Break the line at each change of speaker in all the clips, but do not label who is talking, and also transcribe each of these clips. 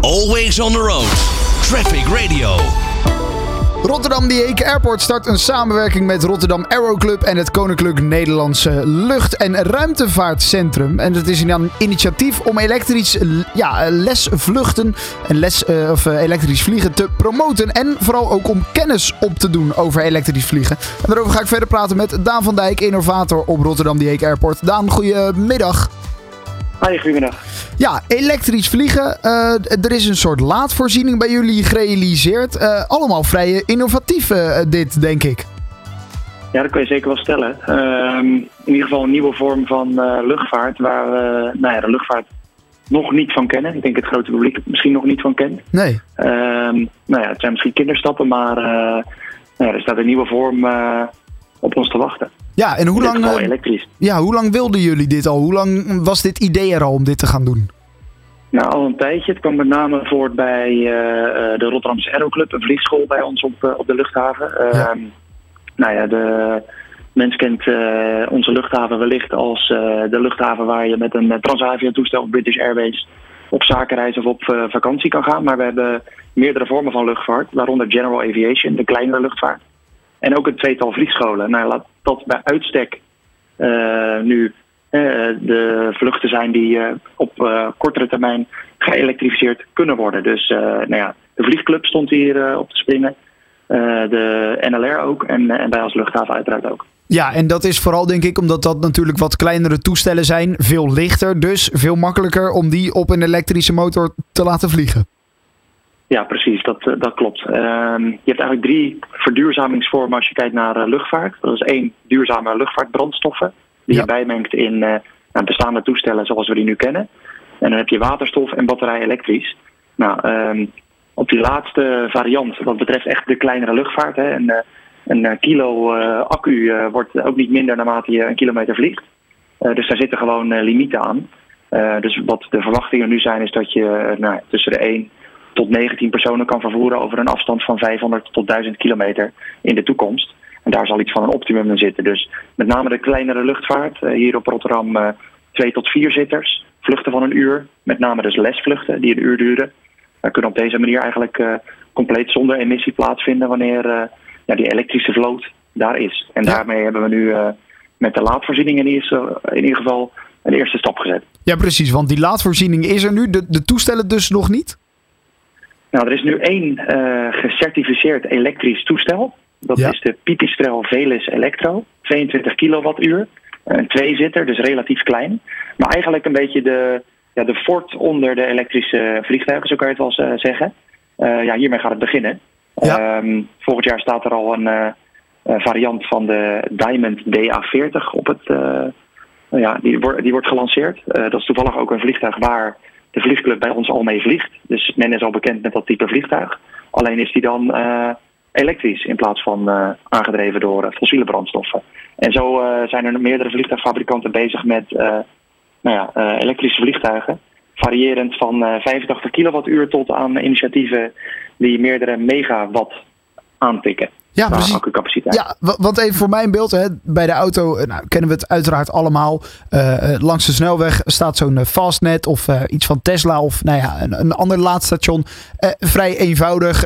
Always on the road. Traffic Radio.
Rotterdam The Hague Airport start een samenwerking met Rotterdam Aero Club en het Koninklijk Nederlandse Lucht- en Ruimtevaartcentrum. En het is een initiatief om elektrisch lesvluchten en elektrisch vliegen te promoten. En vooral ook om kennis op te doen over elektrisch vliegen. En daarover ga ik verder praten met Daan van Dijk, innovator op Rotterdam The Hague Airport. Daan, goedemiddag.
Hoi, goedemiddag.
Ja, elektrisch vliegen. Er is een soort laadvoorziening bij jullie gerealiseerd. Allemaal vrij innovatief dit, denk ik.
Ja, dat kun je zeker wel stellen. In ieder geval een nieuwe vorm van luchtvaart waar we de luchtvaart nog niet van kennen. Ik denk het grote publiek misschien nog niet van kent.
Nee.
Het zijn misschien kinderstappen, maar er staat een nieuwe vorm op ons te wachten.
Ja, en hoe lang,
elektrisch.
hoe lang wilden jullie dit al? Hoe lang was dit idee er al om dit te gaan doen?
Nou, al een tijdje. Het kwam met name voort bij de Rotterdamse Aero Club, een vliegschool bij ons op de luchthaven. De mens kent onze luchthaven wellicht als de luchthaven waar je met een Transavia-toestel of British Airways op zakenreis of op vakantie kan gaan. Maar we hebben meerdere vormen van luchtvaart, waaronder General Aviation, de kleinere luchtvaart. En ook een tweetal vliegscholen. Nou, laat dat bij uitstek nu de vluchten zijn die op kortere termijn geëlektrificeerd kunnen worden. Dus de vliegclub stond hier op te springen. De NLR ook en wij als luchthaven uiteraard ook.
Ja, en dat is vooral denk ik omdat dat natuurlijk wat kleinere toestellen zijn. Veel lichter, dus veel makkelijker om die op een elektrische motor te laten vliegen. Ja,
precies. Dat klopt. Je hebt eigenlijk 3 verduurzamingsvormen als je kijkt naar luchtvaart. Dat is 1, duurzame luchtvaartbrandstoffen. Die je bijmengt in bestaande toestellen zoals we die nu kennen. En dan heb je waterstof en batterij elektrisch. Op die laatste variant, wat betreft echt de kleinere luchtvaart. Een kilo accu wordt ook niet minder naarmate je een kilometer vliegt. Dus daar zitten gewoon limieten aan. Dus wat de verwachtingen nu zijn is dat je tussen de 1 tot 19 personen kan vervoeren over een afstand van 500 tot 1000 kilometer in de toekomst. En daar zal iets van een optimum in zitten. Dus met name de kleinere luchtvaart. Hier op Rotterdam 2 tot 4 zitters. Vluchten van een uur. Met name dus lesvluchten die een uur duren. We kunnen op deze manier eigenlijk compleet zonder emissie plaatsvinden wanneer die elektrische vloot daar is. En daarmee hebben we nu met de laadvoorziening in ieder geval een eerste stap gezet.
Ja, precies. Want die laadvoorziening is er nu. De toestellen dus nog niet?
Nou, er is nu 1 gecertificeerd elektrisch toestel. Dat is de Pipistrel Velis Electro. 22 kilowattuur. Een 2-zitter, dus relatief klein. Maar eigenlijk een beetje de Ford onder de elektrische vliegtuigen, zo kan je het wel zeggen. Hiermee gaat het beginnen. Ja. Volgend jaar staat er al een variant van de Diamond DA40 op het... die wordt gelanceerd. Dat is toevallig ook een vliegtuig waar de vliegclub bij ons al mee vliegt. Dus men is al bekend met dat type vliegtuig. Alleen is die dan elektrisch in plaats van aangedreven door fossiele brandstoffen. En zo zijn er meerdere vliegtuigfabrikanten bezig met elektrische vliegtuigen. Variërend van 85 kilowattuur tot aan initiatieven die meerdere megawatt aantikken.
Ja, precies.
Accucapaciteit.
Ja, want even voor mijn beeld, hè, bij de auto kennen we het uiteraard allemaal. Langs de snelweg staat zo'n Fastnet of iets van Tesla of een ander laadstation. Vrij eenvoudig.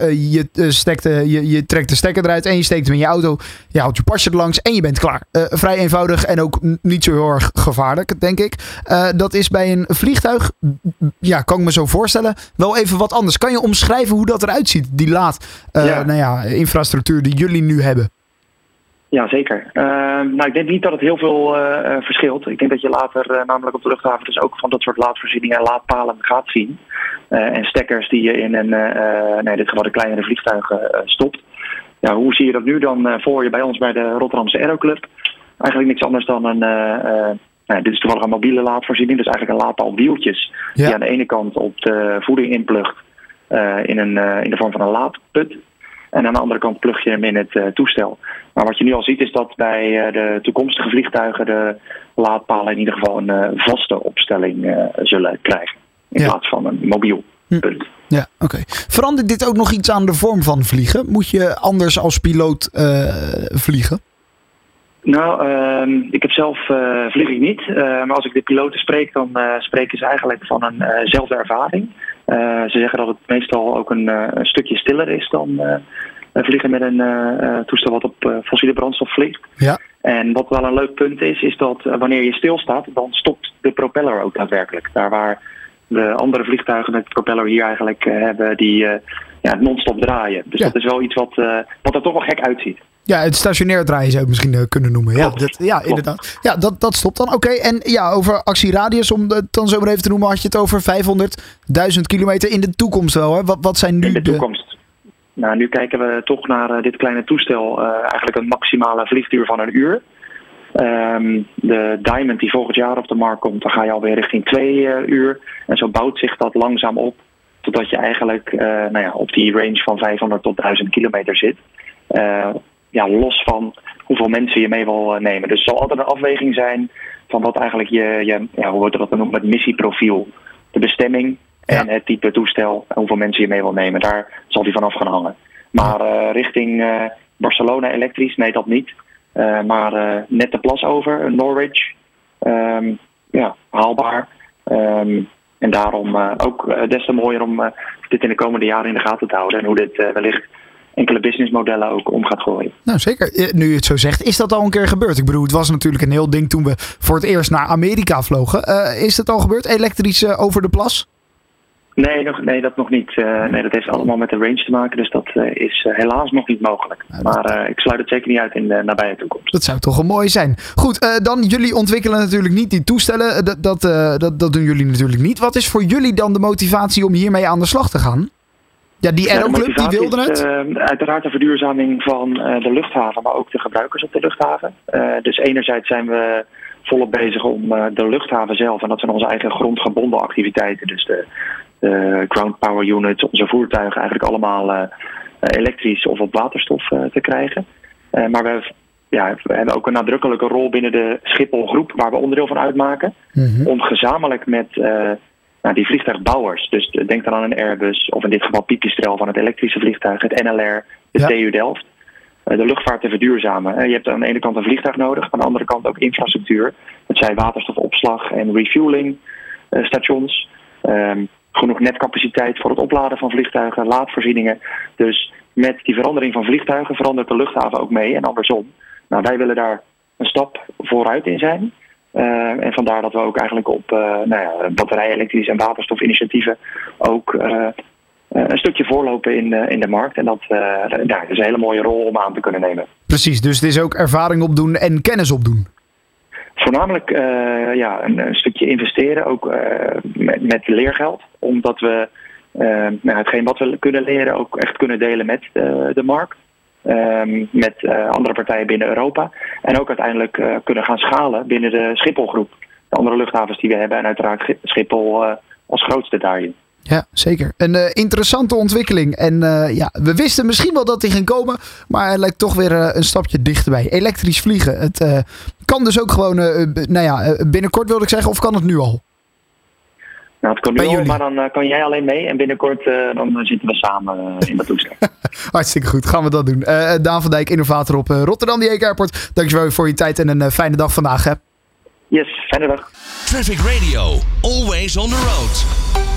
Je trekt de stekker eruit en je steekt hem in je auto. Je houdt je pasje er langs en je bent klaar. Vrij eenvoudig en ook niet zo heel erg gevaarlijk, denk ik. Dat is bij een vliegtuig, kan ik me zo voorstellen, wel even wat anders. Kan je omschrijven hoe dat eruit ziet, die infrastructuur die jullie nu hebben?
Ja, zeker. Ik denk niet dat het heel veel verschilt. Ik denk dat je later namelijk op de luchthaven dus ook van dat soort laadvoorzieningen en laadpalen gaat zien. En stekkers die je in in dit geval de kleinere vliegtuigen stopt. Ja, hoe zie je dat nu dan voor je bij ons bij de Rotterdamse Aero Club? Eigenlijk niks anders dan dit is toevallig een mobiele laadvoorziening. Dus eigenlijk een laadpaal wieltjes die aan de ene kant op de voeding inplugt in de vorm van een laadput. En aan de andere kant plug je hem in het toestel. Maar wat je nu al ziet is dat bij de toekomstige vliegtuigen de laadpalen in ieder geval een vaste opstelling zullen krijgen. In plaats van een mobiel punt.
Ja, oké. Verandert dit ook nog iets aan de vorm van vliegen? Moet je anders als piloot vliegen?
Nou, ik heb zelf vlieg ik niet. Maar als ik de piloten spreek, dan spreken ze eigenlijk van eenzelfde ervaring. Ze zeggen dat het meestal ook een stukje stiller is dan vliegen met een toestel wat op fossiele brandstof vliegt.
Ja.
En wat wel een leuk punt is dat wanneer je stilstaat, dan stopt de propeller ook daadwerkelijk. Daar waar de andere vliegtuigen met de propeller hier eigenlijk hebben die non-stop draaien. Dus dat is wel iets wat er toch wel gek uitziet.
Ja, het stationair draaien zou je het misschien kunnen noemen.
Klopt.
Inderdaad. Ja, dat stopt dan. Oké, en ja, over actieradius, om het dan zo maar even te noemen, had je het over 500.000 kilometer in de toekomst wel. Hè? Wat zijn nu
in de toekomst? Nou, nu kijken we toch naar dit kleine toestel. Eigenlijk een maximale vliegduur van 1 uur. De Diamond die volgend jaar op de markt komt, dan ga je alweer richting 2 uur. En zo bouwt zich dat langzaam op, totdat je eigenlijk op die range van 500 tot 1000 kilometer zit. Los van hoeveel mensen je mee wil nemen. Dus het zal altijd een afweging zijn van wat eigenlijk hoe wordt dat dan noemen, het missieprofiel, de bestemming en het type toestel, hoeveel mensen je mee wil nemen. Daar zal die vanaf gaan hangen. Maar richting Barcelona elektrisch, nee, dat niet. Maar net de plas over, Norwich, haalbaar. En daarom ook des te mooier om dit in de komende jaren in de gaten te houden. En hoe dit wellicht enkele businessmodellen ook om gaat gooien.
Nou zeker, nu je het zo zegt, is dat al een keer gebeurd? Ik bedoel, het was natuurlijk een heel ding toen we voor het eerst naar Amerika vlogen. Is dat al gebeurd, elektrisch over de plas?
Nee, dat nog niet. Dat heeft allemaal met de range te maken, dus dat is helaas nog niet mogelijk. Maar ik sluit het zeker niet uit in de nabije toekomst.
Dat zou toch een mooi zijn. Goed, dan jullie ontwikkelen natuurlijk niet die toestellen. Dat doen jullie natuurlijk niet. Wat is voor jullie dan de motivatie om hiermee aan de slag te gaan? Ja, die Aeroclub, die wilde het?
Uiteraard de verduurzaming van de luchthaven, maar ook de gebruikers op de luchthaven. Dus enerzijds zijn we volop bezig om de luchthaven zelf, en dat zijn onze eigen grondgebonden activiteiten, dus de ground power units, onze voertuigen eigenlijk allemaal elektrisch of op waterstof te krijgen. Maar we hebben ook een nadrukkelijke rol binnen de Schiphol groep, waar we onderdeel van uitmaken, om gezamenlijk met die vliegtuigbouwers, dus denk dan aan een Airbus of in dit geval Pipistrel van het elektrische vliegtuig, het NLR, de TU Delft, de luchtvaart te verduurzamen. Je hebt aan de ene kant een vliegtuig nodig, aan de andere kant ook infrastructuur. Het zijn waterstofopslag en refueling stations, genoeg netcapaciteit voor het opladen van vliegtuigen, laadvoorzieningen. Dus met die verandering van vliegtuigen verandert de luchthaven ook mee en andersom. Nou, wij willen daar een stap vooruit in zijn. En vandaar dat we ook eigenlijk op batterij, elektrisch en waterstofinitiatieven ook een stukje voorlopen in de markt. En dat is een hele mooie rol om aan te kunnen nemen.
Precies, dus het is ook ervaring opdoen en kennis opdoen.
Voornamelijk een stukje investeren, ook met leergeld. Omdat we hetgeen wat we kunnen leren ook echt kunnen delen met de markt. Met andere partijen binnen Europa. En ook uiteindelijk kunnen gaan schalen binnen de Schiphol-groep. De andere luchthavens die we hebben en uiteraard Schiphol als grootste daarin.
Ja, zeker. Een interessante ontwikkeling. En we wisten misschien wel dat die ging komen, maar het lijkt toch weer een stapje dichterbij. Elektrisch vliegen. Het kan dus ook gewoon, binnenkort wilde ik zeggen, of kan het nu al?
Nou, het kan nu al, maar dan kan jij alleen mee. En binnenkort dan zitten we samen in dat toestel.
Hartstikke goed, gaan we dat doen. Daan van Dijk, innovator op Rotterdam Dieeke Airport. Dankjewel voor je tijd en een fijne dag vandaag. Hè?
Yes, fijne dag.
Traffic Radio, always on the road.